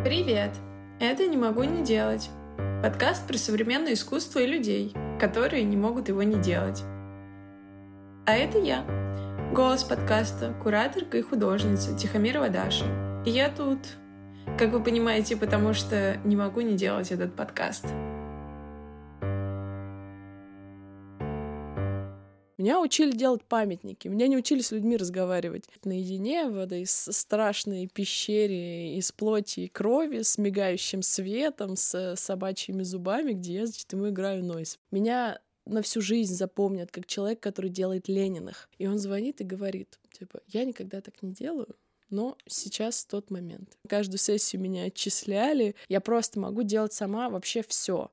Привет! Это «Не могу не делать» — подкаст про современное искусство и людей, которые не могут его не делать. А это я, голос подкаста, кураторка и художница Тихомирова Даша. И я тут, как вы понимаете, потому что не могу не делать этот подкаст. Меня учили делать памятники, меня не учили с людьми разговаривать наедине в этой страшной пещере из плоти и крови, с мигающим светом, с собачьими зубами, где я, ему играю нойз. Меня на всю жизнь запомнят как человек, который делает Лениных. И он звонит и говорит, я никогда так не делаю, но сейчас тот момент. Каждую сессию меня отчисляли, я просто могу делать сама вообще все.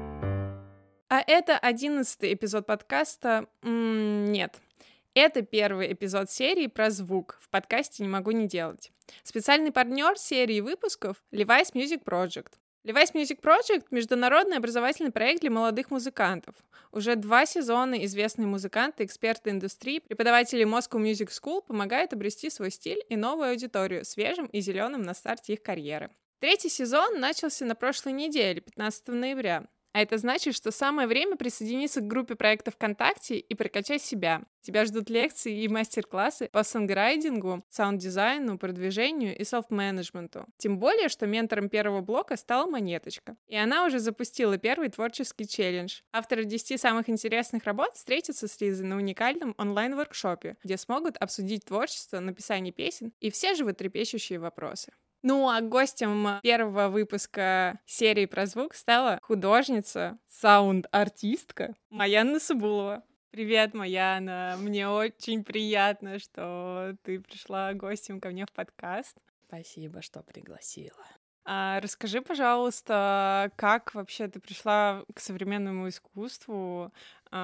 А это 11-й эпизод подкаста. Нет. Это первый эпизод серии про звук в подкасте «Не могу не делать». Специальный партнер серии выпусков — Levi's Music Project. Levi's Music Project — международный образовательный проект для молодых музыкантов. Уже 2 сезона известные музыканты, эксперты индустрии, преподаватели Moscow Music School помогают обрести свой стиль и новую аудиторию, свежим и зеленым на старте их карьеры. 3-й сезон начался на прошлой неделе, 15 ноября. А это значит, что самое время присоединиться к группе проектов ВКонтакте и прокачать себя. Тебя ждут лекции и мастер-классы по сонграйтингу, саунд-дизайну, продвижению и селф-менеджменту. Тем более, что ментором первого блока стала Монеточка. И она уже запустила первый творческий челлендж. Авторы 10 самых интересных работ встретятся с Лизой на уникальном онлайн-воркшопе, где смогут обсудить творчество, написание песен и все животрепещущие вопросы. Ну а гостем первого выпуска серии про звук стала художница, саунд-артистка Маяна Сабулова. Привет, Маяна! Мне очень приятно, что ты пришла гостем ко мне в подкаст. Спасибо, что пригласила. Расскажи, пожалуйста, как вообще ты пришла к современному искусству?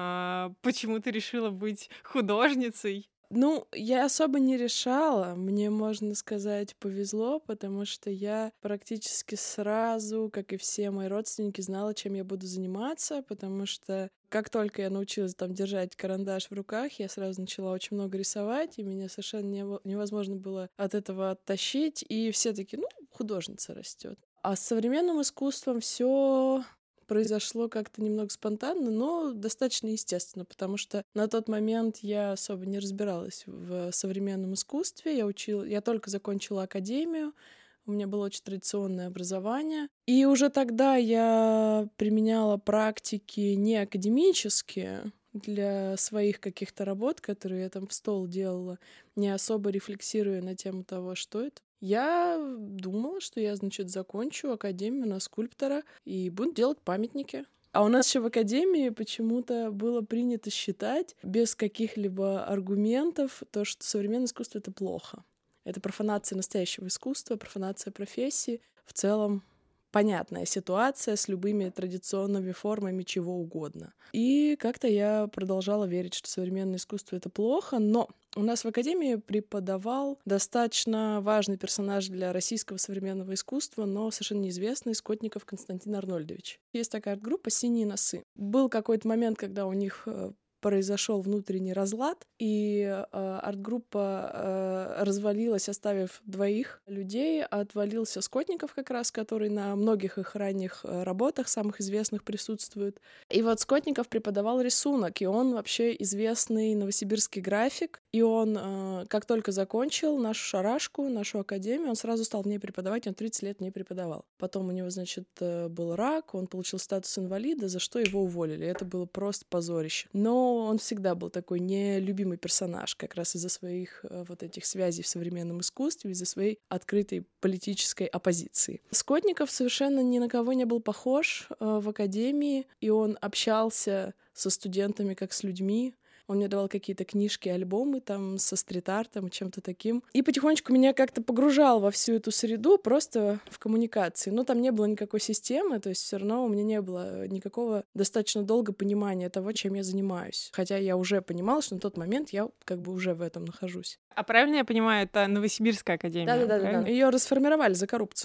Почему ты решила быть художницей? Я особо не решала, мне, можно сказать, повезло, потому что я практически сразу, как и все мои родственники, знала, чем я буду заниматься, потому что как только я научилась держать карандаш в руках, я сразу начала очень много рисовать, и меня совершенно невозможно было от этого оттащить, и все такие, художница растет. А с современным искусством все произошло как-то немного спонтанно, но достаточно естественно, потому что на тот момент я особо не разбиралась в современном искусстве. Я только закончила академию, у меня было очень традиционное образование. И уже тогда я применяла практики не академические для своих каких-то работ, которые я в стол делала, не особо рефлексируя на тему того, что это. Я думала, что я, закончу академию на скульптора и буду делать памятники. А у нас еще в академии почему-то было принято считать без каких-либо аргументов то, что современное искусство — это плохо. Это профанация настоящего искусства, профанация профессии. В целом понятная ситуация с любыми традиционными формами чего угодно. И как-то я продолжала верить, что современное искусство — это плохо, но у нас в академии преподавал достаточно важный персонаж для российского современного искусства, но совершенно неизвестный, Скотников Константин Арнольдович. Есть такая арт-группа «Синие носы». Был какой-то момент, когда у них произошел внутренний разлад, и арт-группа развалилась, оставив 2 людей. Отвалился Скотников как раз, который на многих их ранних работах, самых известных, присутствует. И вот Скотников преподавал рисунок, и он вообще известный новосибирский график. И он, как только закончил нашу шарашку, нашу академию, он сразу стал в ней преподавать, он 30 лет в ней преподавал. Потом у него, был рак, он получил статус инвалида, за что его уволили. Это было просто позорище. Но он всегда был такой нелюбимый персонаж, как раз из-за своих этих связей в современном искусстве, из-за своей открытой политической оппозиции. Скотников совершенно ни на кого не был похож в академии, и он общался со студентами как с людьми. Он мне давал какие-то книжки, альбомы со стрит-артом и чем-то таким. И потихонечку меня как-то погружал во всю эту среду просто в коммуникации. Там не было никакой системы, то есть все равно у меня не было никакого достаточно долго понимания того, чем я занимаюсь. Хотя я уже понимала, что на тот момент я уже в этом нахожусь. А правильно я понимаю, это Новосибирская академия? Да. Ее расформировали за коррупцию.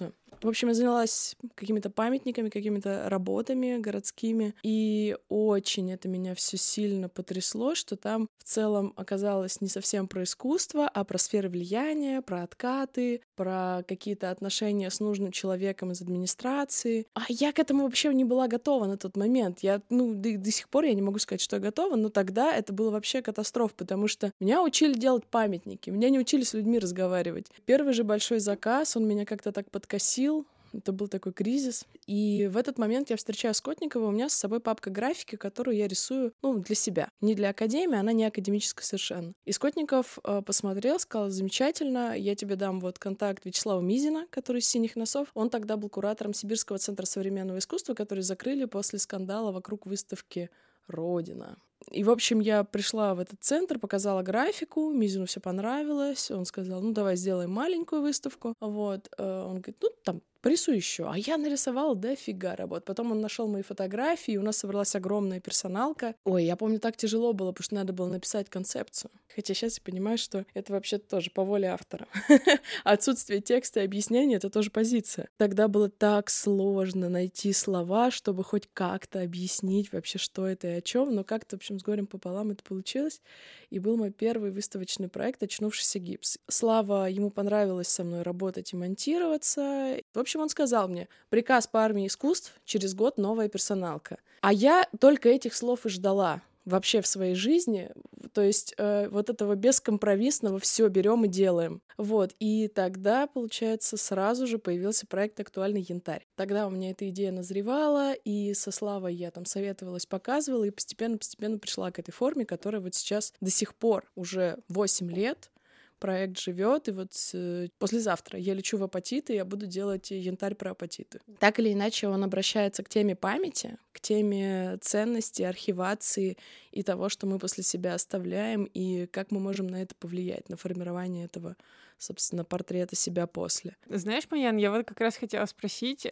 В общем, я занялась какими-то памятниками, какими-то работами городскими, и очень это меня все сильно потрясло, что там в целом оказалось не совсем про искусство, а про сферы влияния, про откаты, про какие-то отношения с нужным человеком из администрации. А я к этому вообще не была готова на тот момент. Я, до сих пор я не могу сказать, что я готова, но тогда это было вообще катастрофа, потому что меня учили делать памятники, меня не учили с людьми разговаривать. Первый же большой заказ, он меня как-то так подкосил. Это был такой кризис. И в этот момент я встречаю Скотникова, у меня с собой папка графики, которую я рисую, для себя. Не для академии, она не академическая совершенно. И Скотников посмотрел, сказал: замечательно, я тебе дам вот контакт Вячеслава Мизина, который из «Синих носов». Он тогда был куратором Сибирского центра современного искусства, который закрыли после скандала вокруг выставки «Родина». И, в общем, я пришла в этот центр, показала графику, Мизину все понравилось, он сказал: давай сделаем маленькую выставку. Вот, он говорит: там, порисуй еще. А я нарисовала дофига работ. Потом он нашел мои фотографии, и у нас собралась огромная персоналка. Ой, я помню, так тяжело было, потому что надо было написать концепцию. Хотя сейчас я понимаю, что это вообще тоже по воле автора. Отсутствие текста и объяснения — это тоже позиция. Тогда было так сложно найти слова, чтобы хоть как-то объяснить вообще, что это и о чем, но как-то, в общем, с горем пополам это получилось. И был мой первый выставочный проект «Очнувшийся гипс». Слава, ему понравилось со мной работать и монтироваться. В общем, он сказал мне: приказ по армии искусств, через год новая персоналка. А я только этих слов и ждала вообще в своей жизни. То есть вот этого бескомпромиссного все берем и делаем. Вот. И тогда, получается, сразу же появился проект «Актуальный янтарь». Тогда у меня эта идея назревала, и со Славой я там советовалась, показывала, и постепенно пришла к этой форме, которая вот сейчас до сих пор уже 8 лет проект живет, и вот послезавтра я лечу в апатиты, и я буду делать янтарь про апатиты. Так или иначе, он обращается к теме памяти, к теме ценности, архивации и того, что мы после себя оставляем, и как мы можем на это повлиять, на формирование этого, собственно, портрета себя после. Знаешь, Марьян, я вот как раз хотела спросить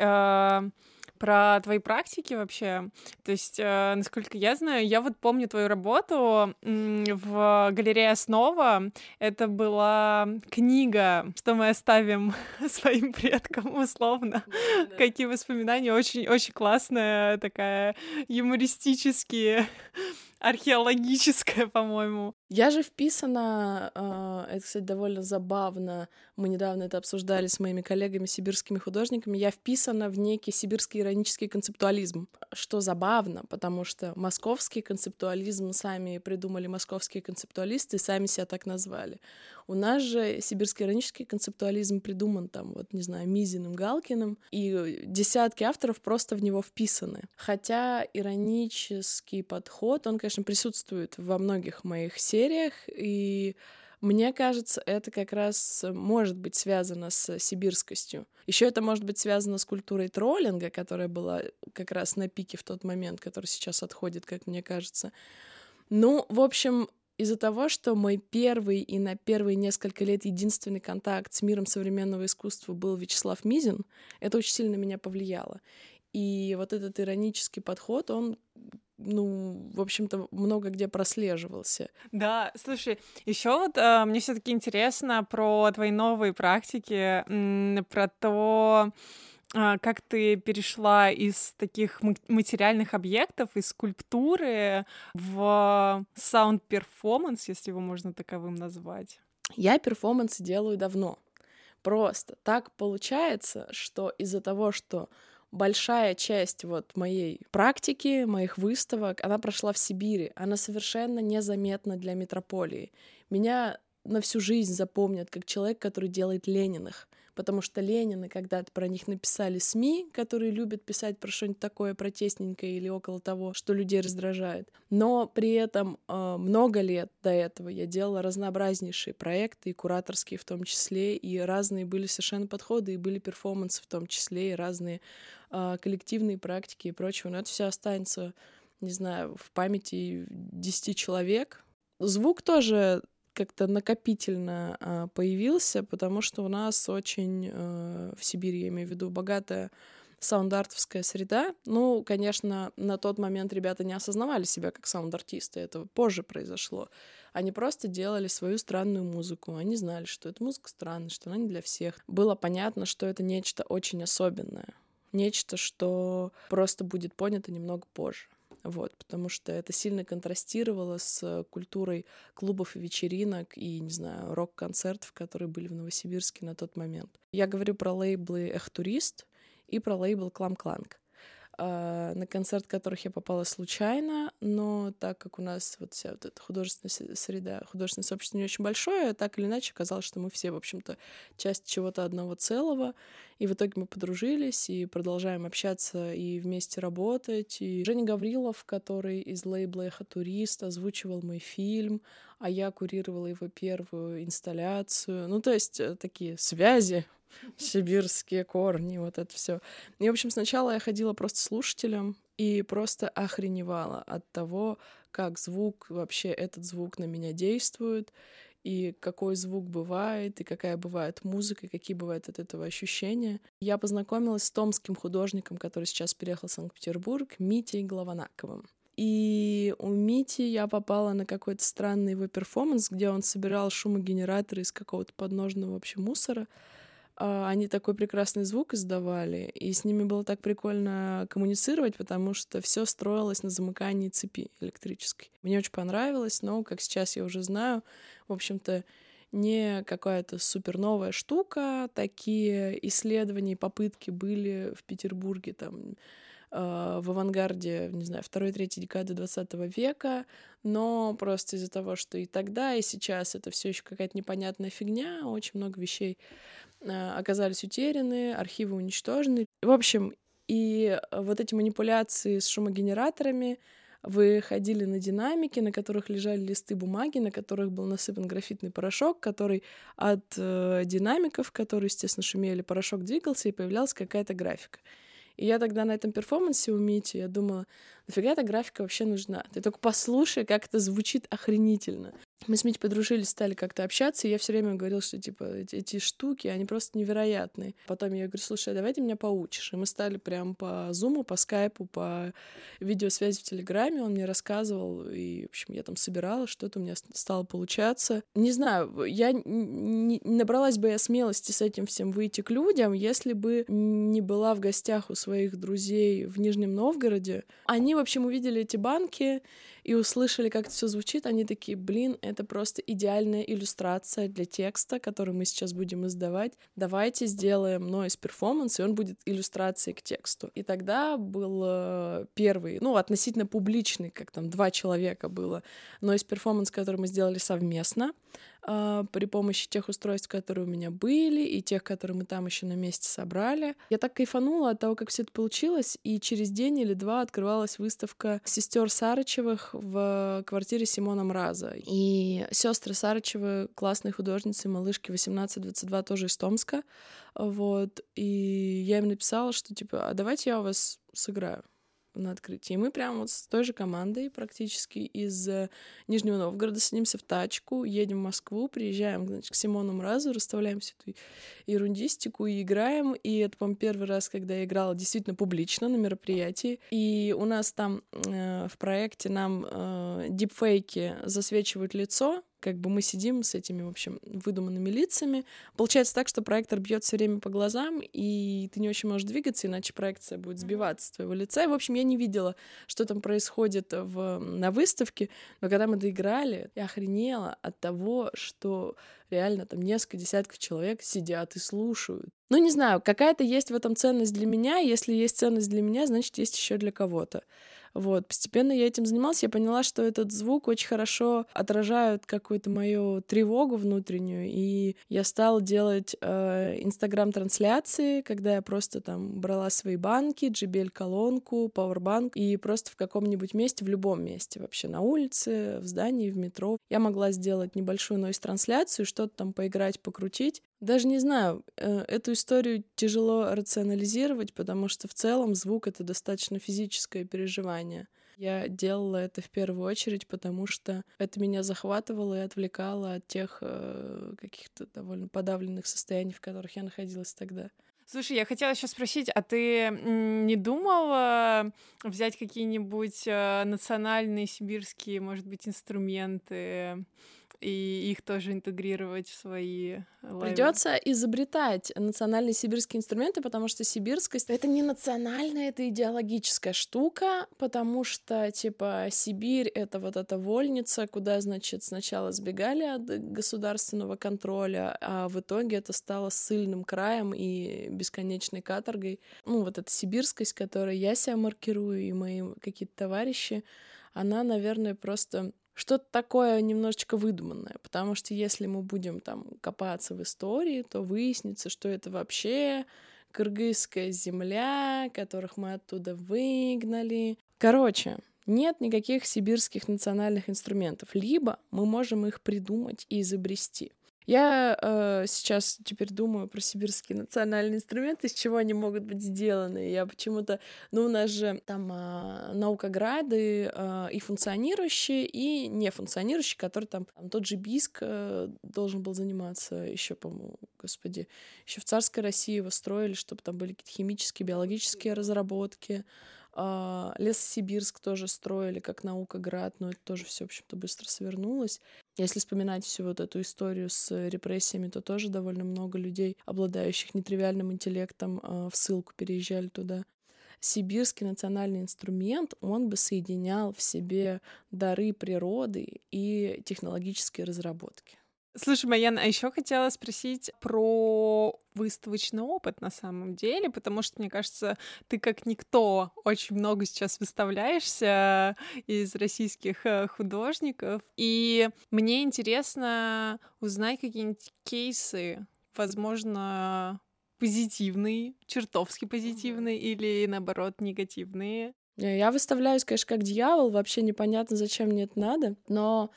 про твои практики вообще. То есть, насколько я знаю, я вот помню твою работу в галерее «Основа». Это была книга, что мы оставим своим предкам, условно. Да. Какие воспоминания. Очень классная такая, юмористические, археологическая, по-моему. Я же вписана, это, кстати, довольно забавно, мы недавно это обсуждали с моими коллегами, сибирскими художниками, я вписана в некий сибирский иронический концептуализм, что забавно, потому что московский концептуализм сами придумали московские концептуалисты, сами себя так назвали. У нас же сибирский иронический концептуализм придуман там, вот, не знаю, Мизиным, Галкиным, и десятки авторов просто в него вписаны. Хотя иронический подход, он, конечно, присутствует во многих моих сериях, и мне кажется, это как раз может быть связано с сибирскостью. Еще это может быть связано с культурой троллинга, которая была как раз на пике в тот момент, который сейчас отходит, как мне кажется. В общем, из-за того, что мой первый и на первые несколько лет единственный контакт с миром современного искусства был Вячеслав Мизин, это очень сильно на меня повлияло. И вот этот иронический подход, он, в общем-то, много где прослеживался. Да, слушай, еще вот мне все-таки интересно про твои новые практики, про то, как ты перешла из таких материальных объектов, из скульптуры в саунд-перформанс, если его можно таковым назвать. Я перформансы делаю давно. Просто так получается, что из-за того, что большая часть вот моей практики, моих выставок, она прошла в Сибири, она совершенно незаметна для метрополии. Меня на всю жизнь запомнят как человек, который делает Лениных, потому что Ленины когда-то про них написали СМИ, которые любят писать про что-нибудь такое протестненькое или около того, что людей раздражает. Но при этом много лет до этого я делала разнообразнейшие проекты, и кураторские в том числе, и разные были совершенно подходы, и были перформансы в том числе, и разные коллективные практики и прочего. Но это все останется, не знаю, в памяти 10 человек. Звук тоже как-то накопительно появился, потому что у нас очень в Сибири, я имею в виду, богатая саунд-артовская среда. Ну, конечно, на тот момент ребята не осознавали себя как саунд-артисты, это позже произошло. Они просто делали свою странную музыку. Они знали, что эта музыка странная, что она не для всех. Было понятно, что это нечто очень особенное. Нечто, что просто будет понято немного позже. Вот, потому что это сильно контрастировало с культурой клубов и вечеринок и, не знаю, рок-концертов, которые были в Новосибирске на тот момент. Я говорю про лейблы «Эх, турист» и про лейбл «Клам-Кланг», на концерт которых я попала случайно, но так как у нас вот вся вот эта художественная среда, художественное сообщество не очень большое, так или иначе оказалось, что мы все, в общем-то, часть чего-то одного целого, и в итоге мы подружились и продолжаем общаться и вместе работать. И Женя Гаврилов, который из лейбла «Эхо Турист», озвучивал мой фильм, а я курировала его первую инсталляцию. Ну, то есть такие связи, сибирские корни, вот это все. И, в общем, сначала я ходила просто слушателем и просто охреневала от того, как звук, вообще этот звук на меня действует, и какой звук бывает, и какая бывает музыка, и какие бывают от этого ощущения. Я познакомилась с томским художником, который сейчас переехал в Санкт-Петербург, Митей Главонаковым. И у Мити я попала на какой-то странный его перформанс, где он собирал шумогенераторы из какого-то подножного вообще мусора. Они такой прекрасный звук издавали, и с ними было так прикольно коммуницировать, потому что все строилось на замыкании цепи электрической. Мне очень понравилось, но, как сейчас я уже знаю, в общем-то, не какая-то супер новая штука. Такие исследования и попытки были в Петербурге там в авангарде, не знаю, второй-третьей декады 20 века, но просто из-за того, что и тогда, и сейчас это все еще какая-то непонятная фигня, очень много вещей оказались утеряны, архивы уничтожены. В общем, и вот эти манипуляции с шумогенераторами, вы ходили на динамики, на которых лежали листы бумаги, на которых был насыпан графитный порошок, который от динамиков, которые, естественно, шумели, порошок двигался, и появлялась какая-то графика. И я тогда на этом перформансе у Мити, я думала, нафига эта графика вообще нужна? Ты только послушай, как это звучит охренительно. Мы с Митей подружились, стали как-то общаться, и я все время говорила, что, типа, эти штуки, они просто невероятные. Потом я говорю, слушай, давай ты меня поучишь. И мы стали прям по Зуму, по Скайпу, по видеосвязи в Телеграме, он мне рассказывал, и, в общем, я там собирала, что-то у меня стало получаться. Не знаю, я не набралась бы я смелости с этим всем выйти к людям, если бы не была в гостях у своих друзей в Нижнем Новгороде. Они, в общем, увидели эти банки и услышали, как это все звучит, они такие, блин, это просто идеальная иллюстрация для текста, который мы сейчас будем издавать. Давайте сделаем нойз-перформанс, и он будет иллюстрацией к тексту. И тогда был первый, ну, относительно публичный, как там 2 человека было, нойз-перформанс, который мы сделали совместно при помощи тех устройств, которые у меня были, и тех, которые мы там еще на месте собрали. Я так кайфанула от того, как все это получилось, и через день или два открывалась выставка сестер Сарычевых в квартире Симона Мраза. И сестры Сарычевы классные художницы, малышки 18-22, тоже из Томска. Вот. И я им написала, что типа, а давайте я у вас сыграю на открытии. И мы прям вот с той же командой практически из Нижнего Новгорода садимся в тачку, едем в Москву, приезжаем, значит, к Симону Мразу, расставляем всю эту ерундистику и играем. И это, по-моему, первый раз, когда я играла действительно публично на мероприятии. И у нас там в проекте нам дипфейки засвечивают лицо, как бы мы сидим с этими, в общем, выдуманными лицами. Получается так, что проектор бьет все время по глазам, и ты не очень можешь двигаться, иначе проекция будет сбиваться с твоего лица. И, в общем, я не видела, что там происходит на выставке, но когда мы доиграли, я охренела от того, что реально там несколько десятков человек сидят и слушают. Ну, не знаю, какая-то есть в этом ценность для меня. Если есть ценность для меня, значит, есть еще для кого-то. Вот, постепенно я этим занималась, я поняла, что этот звук очень хорошо отражает какую-то мою тревогу внутреннюю, и я стала делать инстаграм-трансляции, когда я просто там брала свои банки, JBL-колонку, пауэрбанк, и просто в каком-нибудь месте, в любом месте вообще, на улице, в здании, в метро, я могла сделать небольшую нойз-трансляцию, что-то там поиграть, покрутить. Даже не знаю, эту историю тяжело рационализировать, потому что в целом звук — это достаточно физическое переживание. Я делала это в первую очередь, потому что это меня захватывало и отвлекало от тех каких-то довольно подавленных состояний, в которых я находилась тогда. Слушай, я хотела еще спросить, а ты не думала взять какие-нибудь национальные сибирские, может быть, инструменты и их тоже интегрировать в свои лайвы? Придется изобретать национальные сибирские инструменты, потому что сибирскость — это не национальная, это идеологическая штука, потому что, типа, Сибирь — это вот эта вольница, куда, значит, сначала сбегали от государственного контроля, а в итоге это стало ссыльным краем и бесконечной каторгой. Ну, вот эта сибирскость, которой я себя маркирую, и мои какие-то товарищи, она, наверное, просто что-то такое немножечко выдуманное, потому что если мы будем там копаться в истории, то выяснится, что это вообще кыргызская земля, которых мы оттуда выгнали. Короче, нет никаких сибирских национальных инструментов, либо мы можем их придумать и изобрести. Я сейчас теперь думаю про сибирские национальные инструменты, из чего они могут быть сделаны. Я почему-то... Ну, у нас же там наукограды и функционирующие, и нефункционирующие, которые там тот же БИСК должен был заниматься еще, по-моему, господи, еще в царской России его строили, чтобы там были какие-то химические, биологические разработки. Лесосибирск тоже строили как наукоград, но это тоже все, в общем-то, быстро свернулось. Если вспоминать всю вот эту историю с репрессиями, то тоже довольно много людей, обладающих нетривиальным интеллектом, в ссылку переезжали туда. Сибирский национальный инструмент, он бы соединял в себе дары природы и технологические разработки. Слушай, Маян, а еще хотела спросить про выставочный опыт на самом деле, потому что, мне кажется, ты как никто очень много сейчас выставляешься из российских художников, и мне интересно узнать какие-нибудь кейсы, возможно, позитивные, чертовски позитивные или, наоборот, негативные. Я выставляюсь, конечно, как дьявол, вообще непонятно, зачем мне это надо, но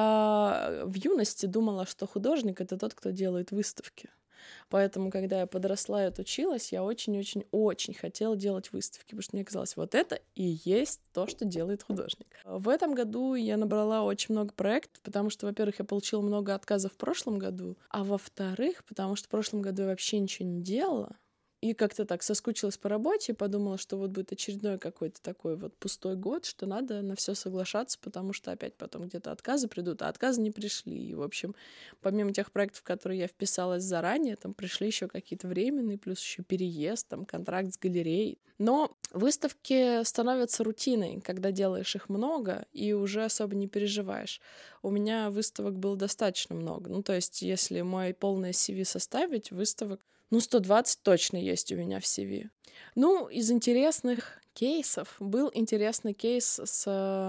я в юности думала, что художник — это тот, кто делает выставки. Поэтому, когда я подросла и отучилась, я очень-очень-очень хотела делать выставки, потому что мне казалось, вот это и есть то, что делает художник. В этом году я набрала очень много проектов, потому что, во-первых, я получила много отказов в прошлом году, а во-вторых, потому что в прошлом году я вообще ничего не делала, и как-то так соскучилась по работе и подумала, что вот будет очередной какой-то такой вот пустой год, что надо на все соглашаться, потому что опять потом где-то отказы придут, а отказы не пришли. И, в общем, помимо тех проектов, в которые я вписалась заранее, там пришли еще какие-то временные, плюс еще переезд, там контракт с галереей. Но выставки становятся рутиной, когда делаешь их много и уже особо не переживаешь. У меня выставок было достаточно много. Ну, то есть, если мой полное CV составить, выставок 120 точно есть у меня в CV. Ну, из интересных кейсов был интересный кейс с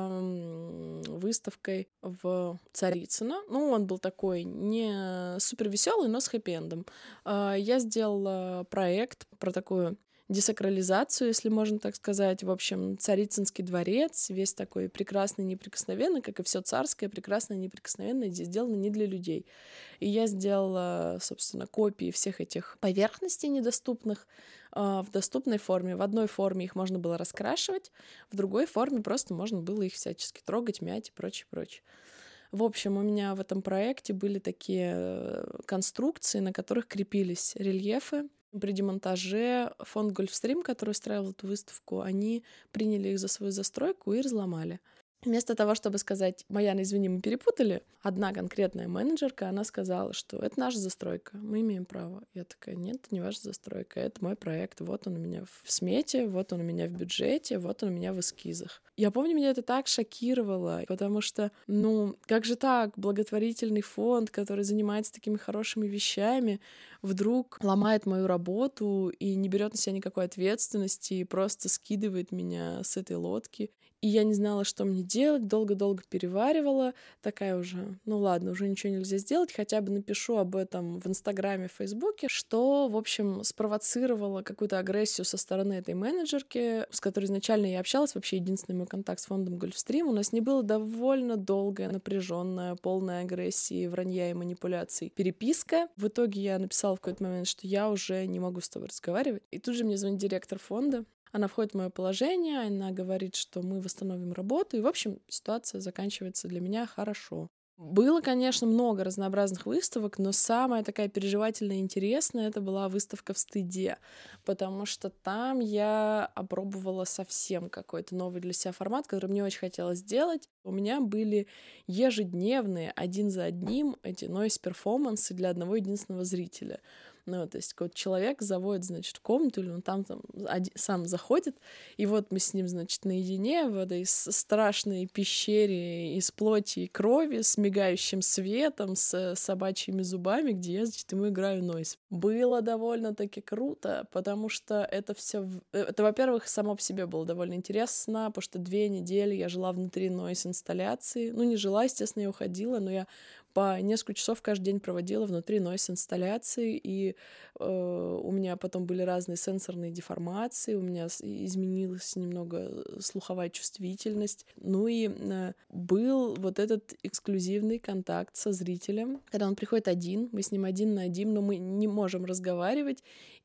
выставкой в Царицыно. Ну, он был такой не супер веселый, но с хэппи-эндом. Я сделала проект про такую десакрализацию, если можно так сказать. В общем, Царицынский дворец, весь такой прекрасный, неприкосновенный, как и все царское, прекрасное, неприкосновенное, здесь сделано не для людей. И я сделала, собственно, копии всех этих поверхностей недоступных в доступной форме. В одной форме их можно было раскрашивать, в другой форме просто можно было их всячески трогать, мять и прочее, прочее. В общем, у меня в этом проекте были такие конструкции, на которых крепились рельефы. При демонтаже фонд Гольфстрим, который устраивал эту выставку, они приняли их за свою застройку и разломали. Вместо того, чтобы сказать: «Маяна, извини, мы перепутали», одна конкретная менеджерка, она сказала, что это наша застройка, мы имеем право. Я такая: нет, это не ваша застройка, это мой проект, вот он у меня в смете, вот он у меня в бюджете, вот он у меня в эскизах. Я помню, меня это так шокировало, потому что, как же так, благотворительный фонд, который занимается такими хорошими вещами, вдруг ломает мою работу и не берет на себя никакой ответственности и просто скидывает меня с этой лодки. И я не знала, что мне делать, долго-долго переваривала, такая уже, ладно, уже ничего нельзя сделать, хотя бы напишу об этом в Инстаграме, в Фейсбуке, что, в общем, спровоцировало какую-то агрессию со стороны этой менеджерки, с которой изначально я общалась, вообще единственный мой контакт с фондом Гольфстрим. У нас не было довольно долгая, напряженная, полная агрессии, вранья и манипуляций переписка. В итоге я написала в какой-то момент, что я уже не могу с тобой разговаривать. И тут же мне звонит директор фонда. Она входит в мое положение, она говорит, что мы восстановим работу, и, в общем, ситуация заканчивается для меня хорошо. Было, конечно, много разнообразных выставок, но самая такая переживательная и интересная — это была выставка в «Стыде», потому что там я опробовала совсем какой-то новый для себя формат, который мне очень хотелось сделать. У меня были ежедневные, один за одним, эти нойз-перформансы для одного единственного зрителя. Ну, то есть вот человек заводит, значит, в комнату, или он там сам заходит, и вот мы с ним, значит, наедине в этой страшной пещере из плоти и крови, с мигающим светом, с собачьими зубами, где я, значит, ему играю нойз. Было довольно-таки круто, потому что это все, это, во-первых, само по себе было довольно интересно, потому что 2 недели я жила внутри нойз-инсталляции. Ну, не жила, естественно, я уходила, но я по несколько часов каждый день проводила внутри нойз-инсталляции, и у меня потом были разные сенсорные деформации, у меня изменилась немного слуховая чувствительность. Ну и был вот этот эксклюзивный контакт со зрителем, когда он приходит один, мы с ним один на один, но мы не можем разговаривать,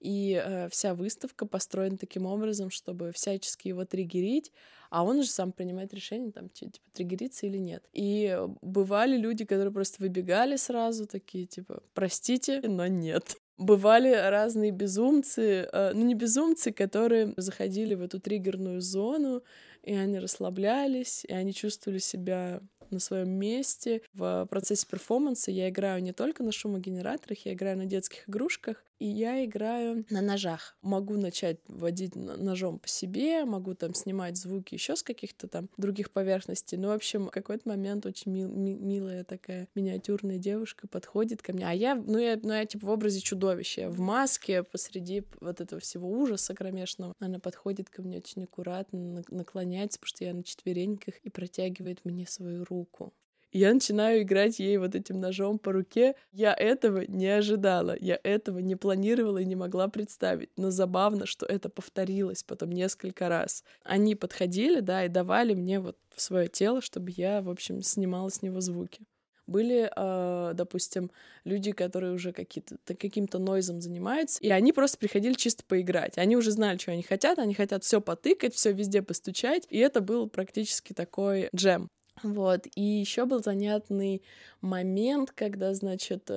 и вся выставка построена таким образом, чтобы всячески его триггерить, а он же сам принимает решение, там, типа, триггериться или нет. И бывали люди, которые просто выбегали сразу, такие, типа, простите, но нет. Бывали разные безумцы, ну не безумцы, которые заходили в эту триггерную зону, и они расслаблялись, и они чувствовали себя на своем месте. В процессе перформанса я играю не только на шумогенераторах, я играю на детских игрушках, и я играю на ножах. Могу начать водить ножом по себе, могу там снимать звуки еще с каких-то там других поверхностей. Ну, в общем, в какой-то момент очень милая такая миниатюрная девушка подходит ко мне, а я типа в образе чудовища, я в маске посреди вот этого всего ужаса кромешного. Она подходит ко мне очень аккуратно, наклоняется, потому что я на четвереньках, и протягивает мне свою руку. И я начинаю играть ей вот этим ножом по руке. Я этого не ожидала, я этого не планировала и не могла представить. Но забавно, что это повторилось потом несколько раз. Они подходили, да, и давали мне вот в свое тело, чтобы я, в общем, снимала с него звуки. Были, допустим, люди, которые уже каким-то нойзом занимаются, и они просто приходили чисто поиграть. Они уже знали, что они хотят все потыкать, все везде постучать, и это был практически такой джем. Вот, и еще был занятный момент, когда, значит,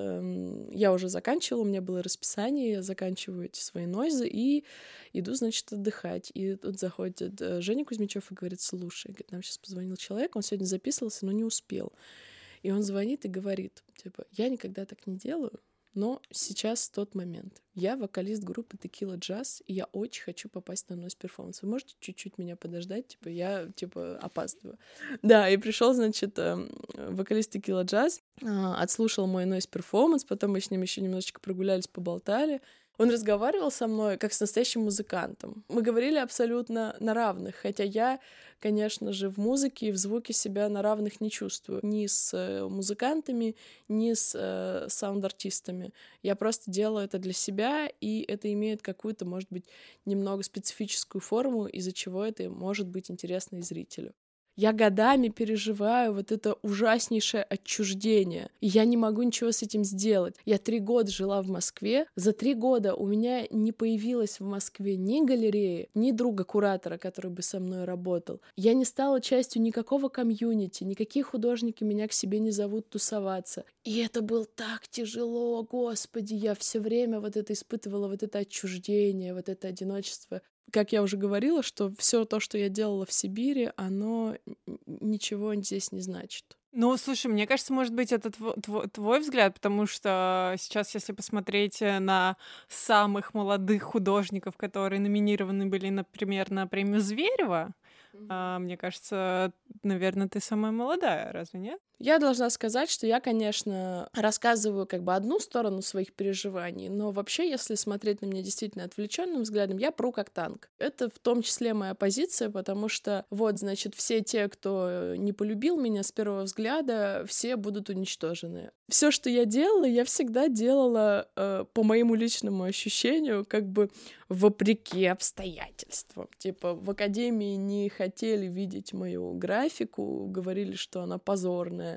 я уже заканчивала, у меня было расписание, я заканчиваю эти свои нойзы и иду, значит, отдыхать. И тут заходит Женя Кузьмичев и говорит: слушай, говорит, нам сейчас позвонил человек, он сегодня записывался, но не успел. И он звонит и говорит, типа, я никогда так не делаю, но сейчас тот момент. Я вокалист группы Tequila Jazz, и я очень хочу попасть на нойз-перформанс. Вы можете чуть-чуть меня подождать? Типа, я, опаздываю. Да, и пришел, значит, вокалист Tequila Jazz, отслушал мой нойз-перформанс, потом мы с ним еще немножечко прогулялись, поболтали. Он разговаривал со мной как с настоящим музыкантом. Мы говорили абсолютно на равных, хотя я, конечно же, в музыке и в звуке себя на равных не чувствую. Ни с музыкантами, ни с саунд-артистами. Я просто делаю это для себя, и это имеет какую-то, может быть, немного специфическую форму, из-за чего это может быть интересно и зрителю. Я годами переживаю вот это ужаснейшее отчуждение, и я не могу ничего с этим сделать. Я 3 года жила в Москве. За 3 года у меня не появилось в Москве ни галереи, ни друга-куратора, который бы со мной работал. Я не стала частью никакого комьюнити, никакие художники меня к себе не зовут тусоваться. И это было так тяжело, господи, я все время вот это испытывала, вот это отчуждение, вот это одиночество. Как я уже говорила, что все то, что я делала в Сибири, оно ничего здесь не значит. Ну, слушай, мне кажется, может быть, это твой взгляд, потому что сейчас, если посмотреть на самых молодых художников, которые номинированы были, например, на премию Зверева, мне кажется, наверное, ты самая молодая, разве нет? Я должна сказать, что я, конечно, рассказываю как бы одну сторону своих переживаний, но вообще, если смотреть на меня действительно отвлеченным взглядом, я пру как танк. Это в том числе моя позиция, потому что вот, значит, все те, кто не полюбил меня с первого взгляда, все будут уничтожены. Все, что я делала, я всегда делала по моему личному ощущению, как бы вопреки обстоятельствам. Типа в академии не хотели видеть мою графику, говорили, что она позорная.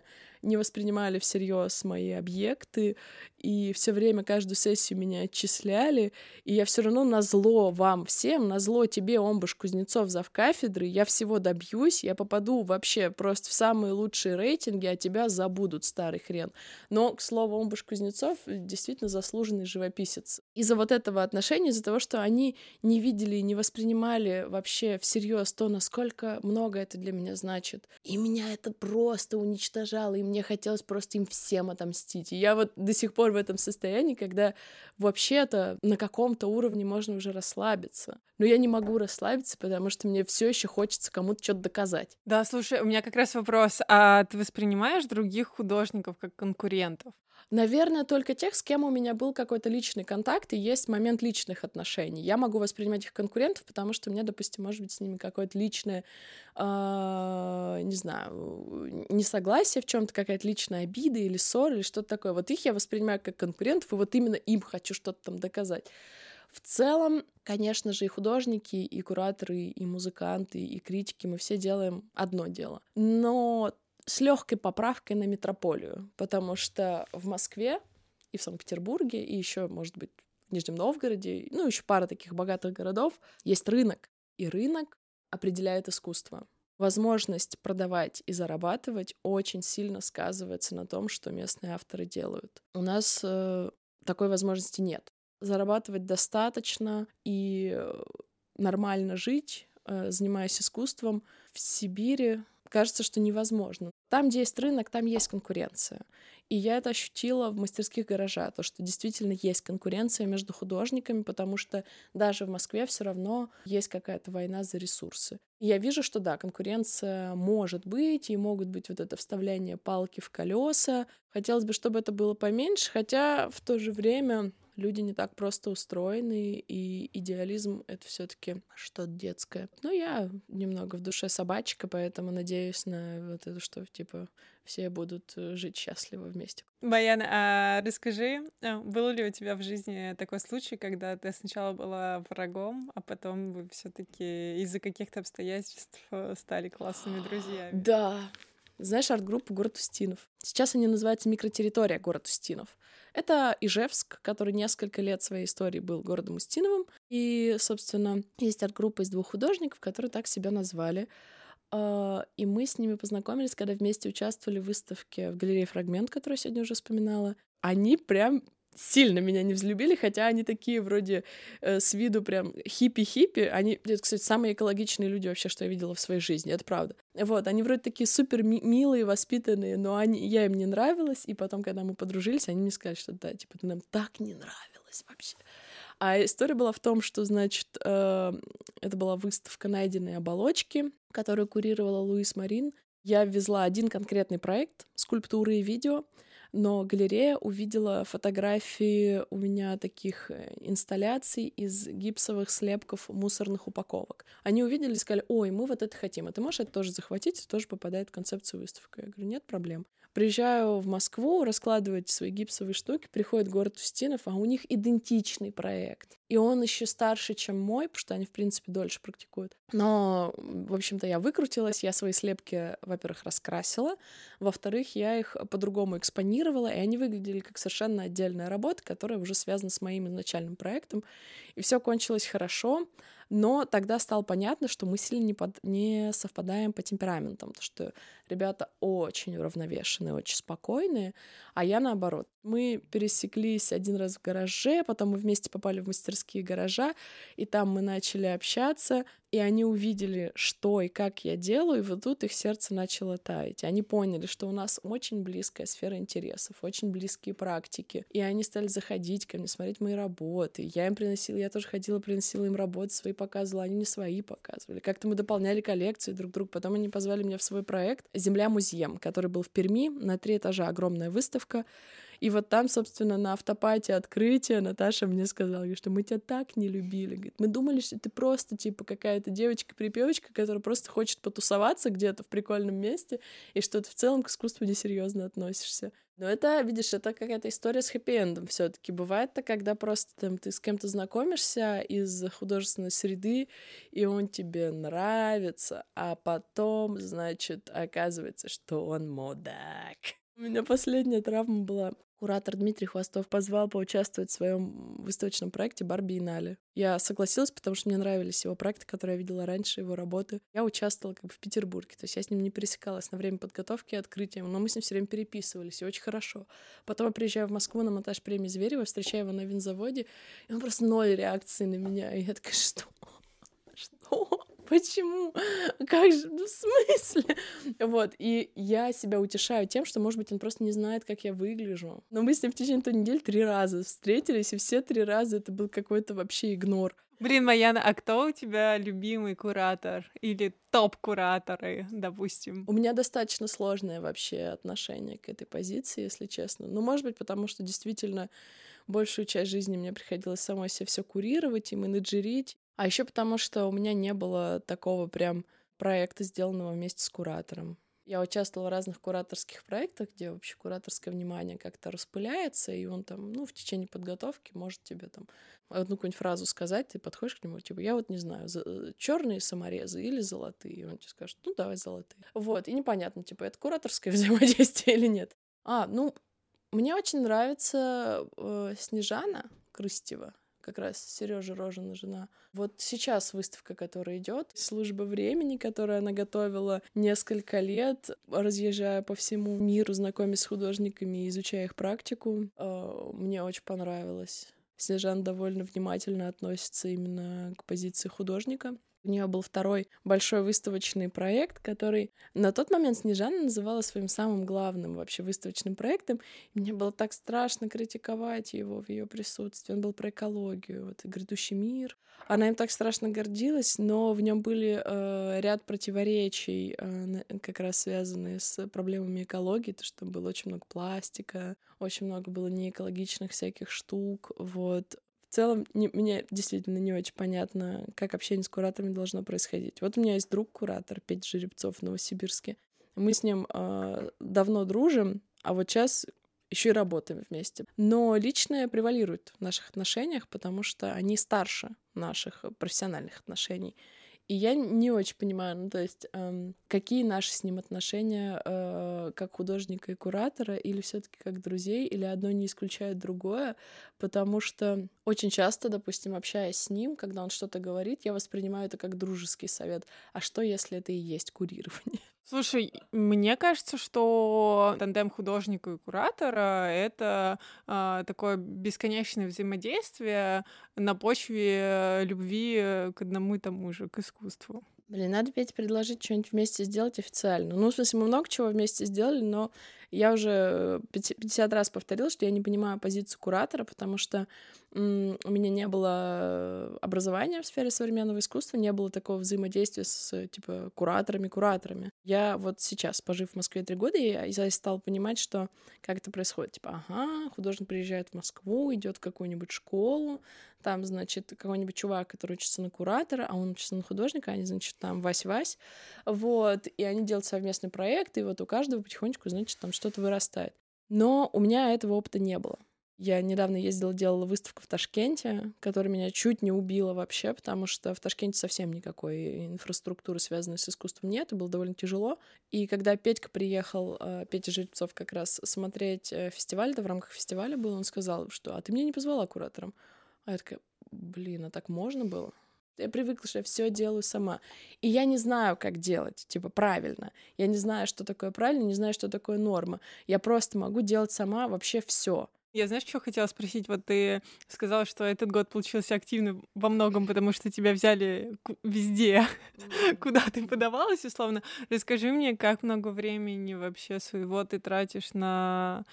не воспринимали всерьез мои объекты, и все время каждую сессию меня отчисляли, и я все равно назло вам всем, назло тебе, Омбыш Кузнецов, завкафедры, я всего добьюсь, я попаду вообще просто в самые лучшие рейтинги, а тебя забудут, старый хрен. Но, к слову, Омбыш Кузнецов действительно заслуженный живописец. Из-за вот этого отношения, из-за того, что они не видели и не воспринимали вообще всерьез то, насколько много это для меня значит. И меня это просто уничтожало, и мне хотелось просто им всем отомстить. И я вот до сих пор в этом состоянии, когда вообще-то на каком-то уровне можно уже расслабиться. Но я не могу расслабиться, потому что мне все еще хочется кому-то что-то доказать. Да, слушай, у меня как раз вопрос. А ты воспринимаешь других художников как конкурентов? Наверное, только тех, с кем у меня был какой-то личный контакт и есть момент личных отношений. Я могу воспринимать их конкурентов, потому что у меня, допустим, может быть с ними какое-то личное, не знаю, несогласие в чем-то, какая-то личная обида или ссора или что-то такое. Вот их я воспринимаю как конкурентов, и вот именно им хочу что-то там доказать. В целом, конечно же, и художники, и кураторы, и музыканты, и критики, мы все делаем одно дело. Но с легкой поправкой на метрополию, потому что в Москве и в Санкт-Петербурге, и еще, может быть, в Нижнем Новгороде, ну, еще пара таких богатых городов, есть рынок, и рынок определяет искусство. Возможность продавать и зарабатывать очень сильно сказывается на том, что местные авторы делают. У нас такой возможности нет. Зарабатывать достаточно и нормально жить, занимаясь искусством в Сибири, кажется, что невозможно. Там, где есть рынок, там есть конкуренция. И я это ощутила в мастерских гаража, то, что действительно есть конкуренция между художниками, потому что даже в Москве все равно есть какая-то война за ресурсы. И я вижу, что да, конкуренция может быть, и могут быть вот это вставляние палки в колеса. Хотелось бы, чтобы это было поменьше, хотя в то же время люди не так просто устроены, и идеализм — это все таки что-то детское. Но я немного в душе собачка, поэтому надеюсь на вот это, что, типа, все будут жить счастливо вместе. Баян, а расскажи, был ли у тебя в жизни такой случай, когда ты сначала была врагом, а потом вы все-таки из-за каких-то обстоятельств стали классными друзьями? Да. Знаешь арт-группу «Город Устинов»? Сейчас они называются «Микротерритория город Устинов». Это Ижевск, который несколько лет своей истории был городом Устиновым. И, собственно, есть арт-группа из 2 художников, которые так себя назвали. И мы с ними познакомились, когда вместе участвовали в выставке в галерее «Фрагмент», которую я сегодня уже вспоминала. Они прям сильно меня не взлюбили, хотя они такие вроде с виду прям хиппи-хиппи. Они, это, кстати, самые экологичные люди вообще, что я видела в своей жизни, это правда. Вот, они вроде такие супер милые, воспитанные, но я им не нравилась, и потом, когда мы подружились, они мне сказали, что да, типа, ты нам так не нравилась вообще. А история была в том, что, значит, это была выставка «Найденные оболочки», которую курировала Луис Марин. Я везла один конкретный проект — скульптуры и видео, но галерея увидела фотографии у меня таких инсталляций из гипсовых слепков мусорных упаковок. Они увидели и сказали: ой, мы вот это хотим, а ты можешь это тоже захватить, это тоже попадает в концепцию выставки. Я говорю: нет проблем. Приезжаю в Москву, раскладывать свои гипсовые штуки, приходит город Устинов, а у них идентичный проект. И он еще старше, чем мой, потому что они, в принципе, дольше практикуют. Но, в общем-то, я выкрутилась, я свои слепки, во-первых, раскрасила, во-вторых, я их по-другому экспонировала, и они выглядели как совершенно отдельная работа, которая уже связана с моим изначальным проектом. И все кончилось хорошо, но тогда стало понятно, что мы сильно не совпадаем по темпераментам, потому что ребята очень уравновешенные, очень спокойные, а я наоборот. Мы пересеклись один раз в гараже, потом мы вместе попали в мастерские гаража, и там мы начали общаться, и они увидели, что и как я делаю, и вот тут их сердце начало таять. Они поняли, что у нас очень близкая сфера интересов, очень близкие практики, и они стали заходить ко мне, смотреть мои работы. Я им приносила, я тоже ходила, приносила им работы, свои показывала, они мне свои показывали. Как-то мы дополняли коллекции друг друга. Потом они позвали меня в свой проект «Земля-музеем», который был в Перми, на 3 этажа огромная выставка. И вот там, собственно, на автопате открытия Наташа мне сказала, что мы тебя так не любили. Говорит, мы думали, что ты просто, типа, какая-то девочка-припевочка, которая просто хочет потусоваться где-то в прикольном месте, и что ты в целом к искусству несерьезно относишься. Но это, видишь, это какая-то история с хэппи-эндом все-таки. Бывает-то, когда просто там, ты с кем-то знакомишься из художественной среды, и он тебе нравится, а потом, значит, оказывается, что он мудак. У меня последняя травма была. Куратор Дмитрий Хвостов позвал поучаствовать в своем выставочном проекте «Барбиеннале». Я согласилась, потому что мне нравились его проекты, которые я видела раньше, его работы. Я участвовала как бы в Петербурге, то есть я с ним не пересекалась на время подготовки и открытия, но мы с ним все время переписывались, и очень хорошо. Потом я приезжаю в Москву на монтаж премии Зверева, встречаю его на винзаводе, и он просто ноль реакции на меня. И я такая, что? Что? Почему? Как же? Ну, в смысле? Вот, и я себя утешаю тем, что, может быть, он просто не знает, как я выгляжу. Но мы с ним в течение той недели 3 раза встретились, и все 3 раза это был какой-то вообще игнор. Блин, Маяна, а кто у тебя любимый куратор или топ-кураторы, допустим? У меня достаточно сложное вообще отношение к этой позиции, если честно. Ну, может быть, потому что действительно большую часть жизни мне приходилось самой себе все курировать и менеджерить. А еще потому, что у меня не было такого прям проекта, сделанного вместе с куратором. Я участвовала в разных кураторских проектах, где вообще кураторское внимание как-то распыляется, и он там, ну, в течение подготовки может тебе там одну какую-нибудь фразу сказать, ты подходишь к нему, типа, я вот не знаю, черные саморезы или золотые, и он тебе скажет, ну, давай золотые. Вот, и непонятно, типа, это кураторское взаимодействие или нет. Ну, мне очень нравится Снежана Крыстева, как раз Сережа Рожина жена. Вот сейчас выставка, которая идет, «Служба времени», которую она готовила несколько лет, разъезжая по всему миру, знакомясь с художниками и изучая их практику, мне очень понравилось. Снежана довольно внимательно относится именно к позиции художника. У нее был второй большой выставочный проект, который на тот момент Снежана называла своим самым главным вообще выставочным проектом. И мне было так страшно критиковать его в ее присутствии. Он был про экологию, вот, и грядущий мир. Она им так страшно гордилась, но в нем были ряд противоречий, как раз связанные с проблемами экологии, то что там было очень много пластика, очень много было неэкологичных всяких штук, вот. В целом, мне действительно не очень понятно, как общение с кураторами должно происходить. Вот у меня есть друг-куратор Петя Жеребцов в Новосибирске. Мы с ним давно дружим, а вот сейчас еще и работаем вместе. Но личное превалирует в наших отношениях, потому что они старше наших профессиональных отношений. И я не очень понимаю, ну, то есть, какие наши с ним отношения как художника и куратора, или все-таки как друзей, или одно не исключает другое, потому что очень часто, допустим, общаясь с ним, когда он что-то говорит, я воспринимаю это как дружеский совет. А что, если это и есть курирование? Слушай, мне кажется, что тандем художника и куратора — это такое бесконечное взаимодействие на почве любви к одному и тому же, к искусству. Блин, надо Пете предложить что-нибудь вместе сделать официально. Ну, в смысле, мы много чего вместе сделали, но я уже 50 раз повторила, что я не понимаю позицию куратора, потому что у меня не было образования в сфере современного искусства, не было такого взаимодействия с, типа, кураторами. Я вот сейчас, пожив в Москве 3 года, я стала понимать, что как это происходит. Типа, ага, художник приезжает в Москву, идет в какую-нибудь школу, там, значит, какой-нибудь чувак, который учится на куратора, а он учится на художника, они, значит, там Вась-Вась, вот, и они делают совместный проект, и вот у каждого потихонечку, значит, там что-то вырастает. Но у меня этого опыта не было. Я недавно ездила, делала выставку в Ташкенте, которая меня чуть не убила вообще, потому что в Ташкенте совсем никакой инфраструктуры, связанной с искусством, нет, и было довольно тяжело. И когда Петька приехал, Петя Жеребцов, как раз смотреть фестиваль, это в рамках фестиваля было, он сказал, что «а ты меня не позвала куратором». А я такая, блин, а так можно было? Я привыкла, что я все делаю сама. И я не знаю, как делать, типа, правильно. Я не знаю, что такое правильно, не знаю, что такое норма. Я просто могу делать сама вообще все. Я, знаешь, что хотела спросить? Вот ты сказала, что этот год получился активным во многом, потому что тебя взяли везде, куда ты подавалась, условно. Расскажи мне, как много времени вообще своего ты тратишь на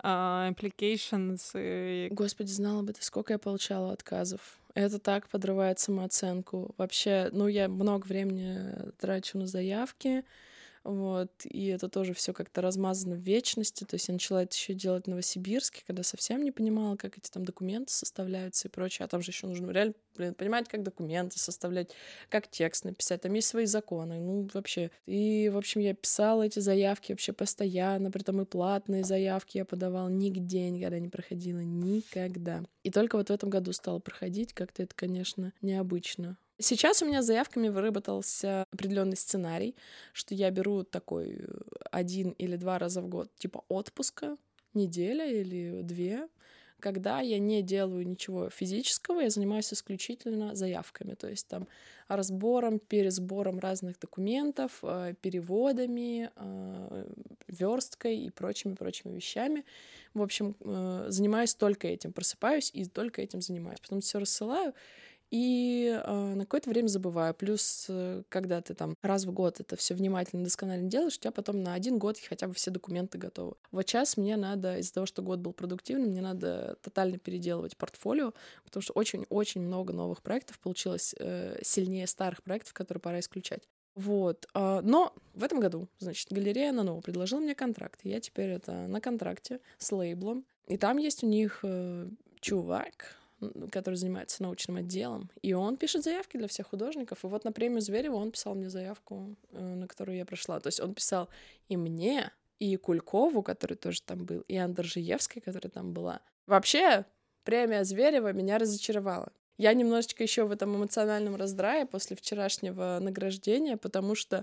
applications? Господи, знала бы ты, сколько я получала отказов. Это так подрывает самооценку. Вообще, ну, я много времени трачу на заявки, вот, и это тоже все как-то размазано в вечности. То есть я начала это еще делать в Новосибирске, когда совсем не понимала, как эти там документы составляются и прочее. А там же еще нужно реально, понимать, как документы составлять, как текст написать. Там есть свои законы, ну, вообще. И, в общем, я писала эти заявки вообще постоянно, при этом и платные заявки я подавала. Нигде никогда не проходила, никогда. И только вот в этом году стала проходить. Как-то это, конечно, необычно. Сейчас у меня с заявками выработался определенный сценарий, что я беру такой 1 или 2 раза в год, типа отпуска, неделя или 2, когда я не делаю ничего физического, я занимаюсь исключительно заявками, то есть там разбором, пересбором разных документов, переводами, версткой и прочими вещами. В общем, занимаюсь только этим, просыпаюсь и только этим занимаюсь. Потом все рассылаю, и на какое-то время забываю. Плюс, когда ты там раз в год это все внимательно, досконально делаешь, у тебя потом на 1 год хотя бы все документы готовы. Вот сейчас мне надо, из-за того, что год был продуктивным, мне надо тотально переделывать портфолио, потому что очень-очень много новых проектов получилось, сильнее старых проектов, которые пора исключать. Вот. Но в этом году, значит, галерея Нано предложила мне контракт. И я теперь это на контракте с лейблом. И там есть у них чувак, который занимается научным отделом, и он пишет заявки для всех художников. И вот на премию Зверева он писал мне заявку, на которую я прошла. То есть он писал и мне, и Кулькову, который тоже там был, и Андржиевской, которая там была. Вообще, премия Зверева меня разочаровала. Я немножечко еще в этом эмоциональном раздрае после вчерашнего награждения, потому что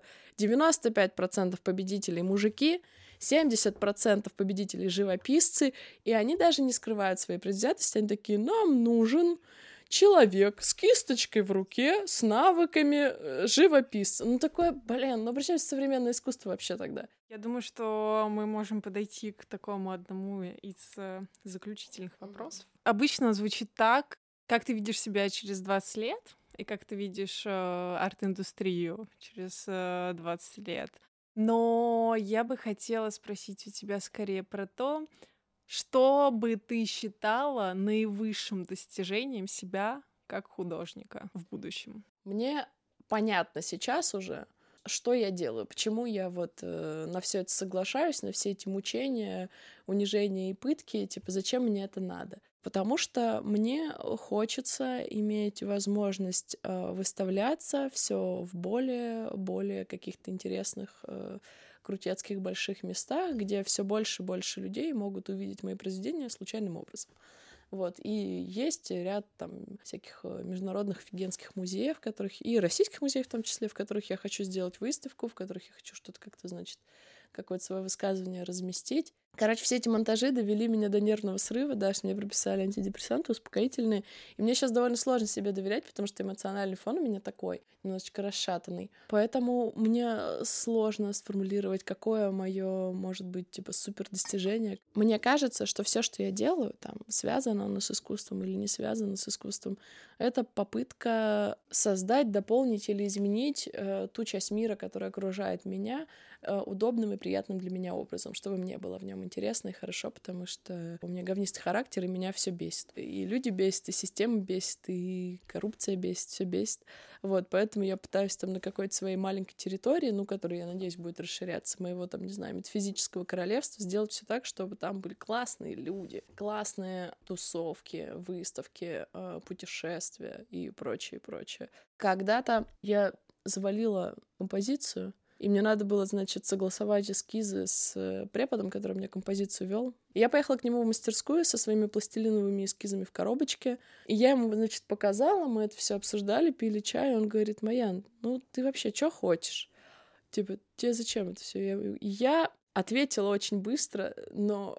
95% победителей мужики, 70% победителей живописцы, и они даже не скрывают своей предвзятости, они такие: нам нужен человек с кисточкой в руке, с навыками живописца. Ну такое, блин, ну при чем современное искусство вообще тогда? Я думаю, что мы можем подойти к такому одному из заключительных вопросов. Обычно он звучит так: как ты видишь себя через 20 лет и как ты видишь арт-индустрию через 20 лет. Но я бы хотела спросить у тебя скорее про то, что бы ты считала наивысшим достижением себя как художника в будущем? Мне понятно сейчас уже, что я делаю, почему я вот на все это соглашаюсь, на все эти мучения, унижения и пытки, типа, зачем мне это надо? Потому что мне хочется иметь возможность выставляться все в более каких-то интересных, крутецких больших местах, где все больше и больше людей могут увидеть мои произведения случайным образом. Вот, и есть ряд там всяких международных офигенских музеев, в которых, и российских музеев в том числе, в которых я хочу сделать выставку, в которых я хочу что-то как-то, значит, какое-то свое высказывание разместить. Короче, все эти монтажи довели меня до нервного срыва, даже мне прописали антидепрессанты, успокоительные, и мне сейчас довольно сложно себе доверять, потому что эмоциональный фон у меня такой, немножечко расшатанный. Поэтому мне сложно сформулировать, какое мое, может быть, типа, супер достижение. Мне кажется, что все, что я делаю, там, связано оно с искусством или не связано с искусством, это попытка создать, дополнить или изменить ту часть мира, которая окружает меня, удобным и приятным для меня образом, чтобы мне было в нем интересно и хорошо, потому что у меня говнистый характер, и меня все бесит. И люди бесят, и система бесит, и коррупция бесит, все бесит. Вот, поэтому я пытаюсь там на какой-то своей маленькой территории, ну, которая, я надеюсь, будет расширяться, моего там, не знаю, метафизического королевства, сделать все так, чтобы там были классные люди, классные тусовки, выставки, путешествия и прочее, прочее. Когда-то я завалила композицию, и мне надо было, значит, согласовать эскизы с преподом, который мне композицию вел. И я поехала к нему в мастерскую со своими пластилиновыми эскизами в коробочке. И я ему, значит, показала, мы это все обсуждали, пили чай, и он говорит: Маян, ну ты вообще что хочешь? Типа, тебе зачем это все? Я ответила очень быстро, но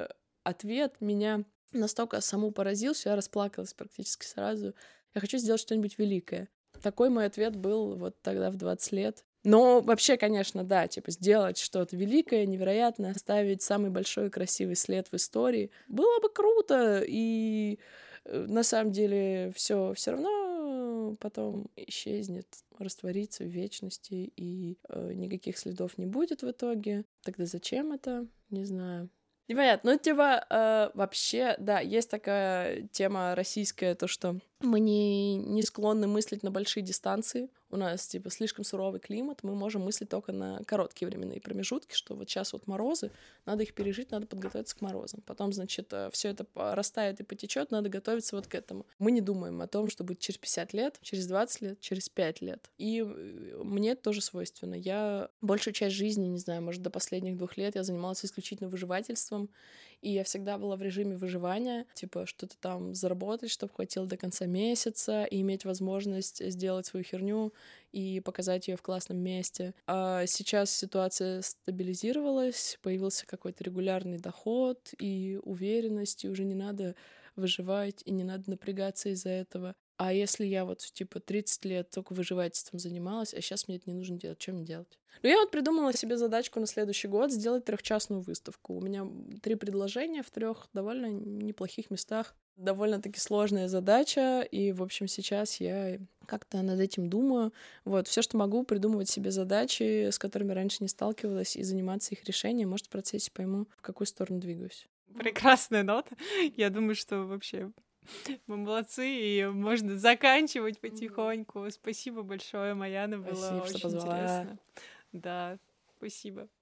ответ меня настолько саму поразил, что я расплакалась практически сразу. Я хочу сделать что-нибудь великое. Такой мой ответ был вот тогда в 20 лет. Но вообще, конечно, да, типа сделать что-то великое, невероятное, оставить самый большой и красивый след в истории было бы круто, и на самом деле все равно потом исчезнет, растворится в вечности, и никаких следов не будет в итоге. Тогда зачем это? Не знаю. Непонятно. Ну, типа, вообще, да, есть такая тема российская, то, что мы не склонны мыслить на большие дистанции. У нас, типа, слишком суровый климат, мы можем мыслить только на короткие временные промежутки, что вот сейчас вот морозы, надо их пережить, надо подготовиться к морозам. Потом, значит, все это растает и потечет, надо готовиться вот к этому. Мы не думаем о том, что будет через 50 лет, через 20 лет, через 5 лет. И мне это тоже свойственно. Я большую часть жизни, не знаю, может, до последних 2 лет я занималась исключительно выживательством, и я всегда была в режиме выживания, типа что-то там заработать, чтобы хватило до конца месяца, и иметь возможность сделать свою херню и показать ее в классном месте. А сейчас ситуация стабилизировалась, появился какой-то регулярный доход и уверенность, и уже не надо выживать, и не надо напрягаться из-за этого. А если я вот, типа, 30 лет только выживательством занималась, а сейчас мне это не нужно делать, что мне делать? Ну, я вот придумала себе задачку на следующий год сделать 3-часную выставку. У меня 3 предложения в 3 довольно неплохих местах. Довольно-таки сложная задача, и, в общем, сейчас я как-то над этим думаю. Вот, все, что могу, придумывать себе задачи, с которыми раньше не сталкивалась, и заниматься их решением. Может, в процессе пойму, в какую сторону двигаюсь. Прекрасная нота. Я думаю, что вообще мы молодцы, и можно заканчивать потихоньку. Спасибо большое, Маяна, было Спасибо, что очень позвала. интересно. Да, спасибо.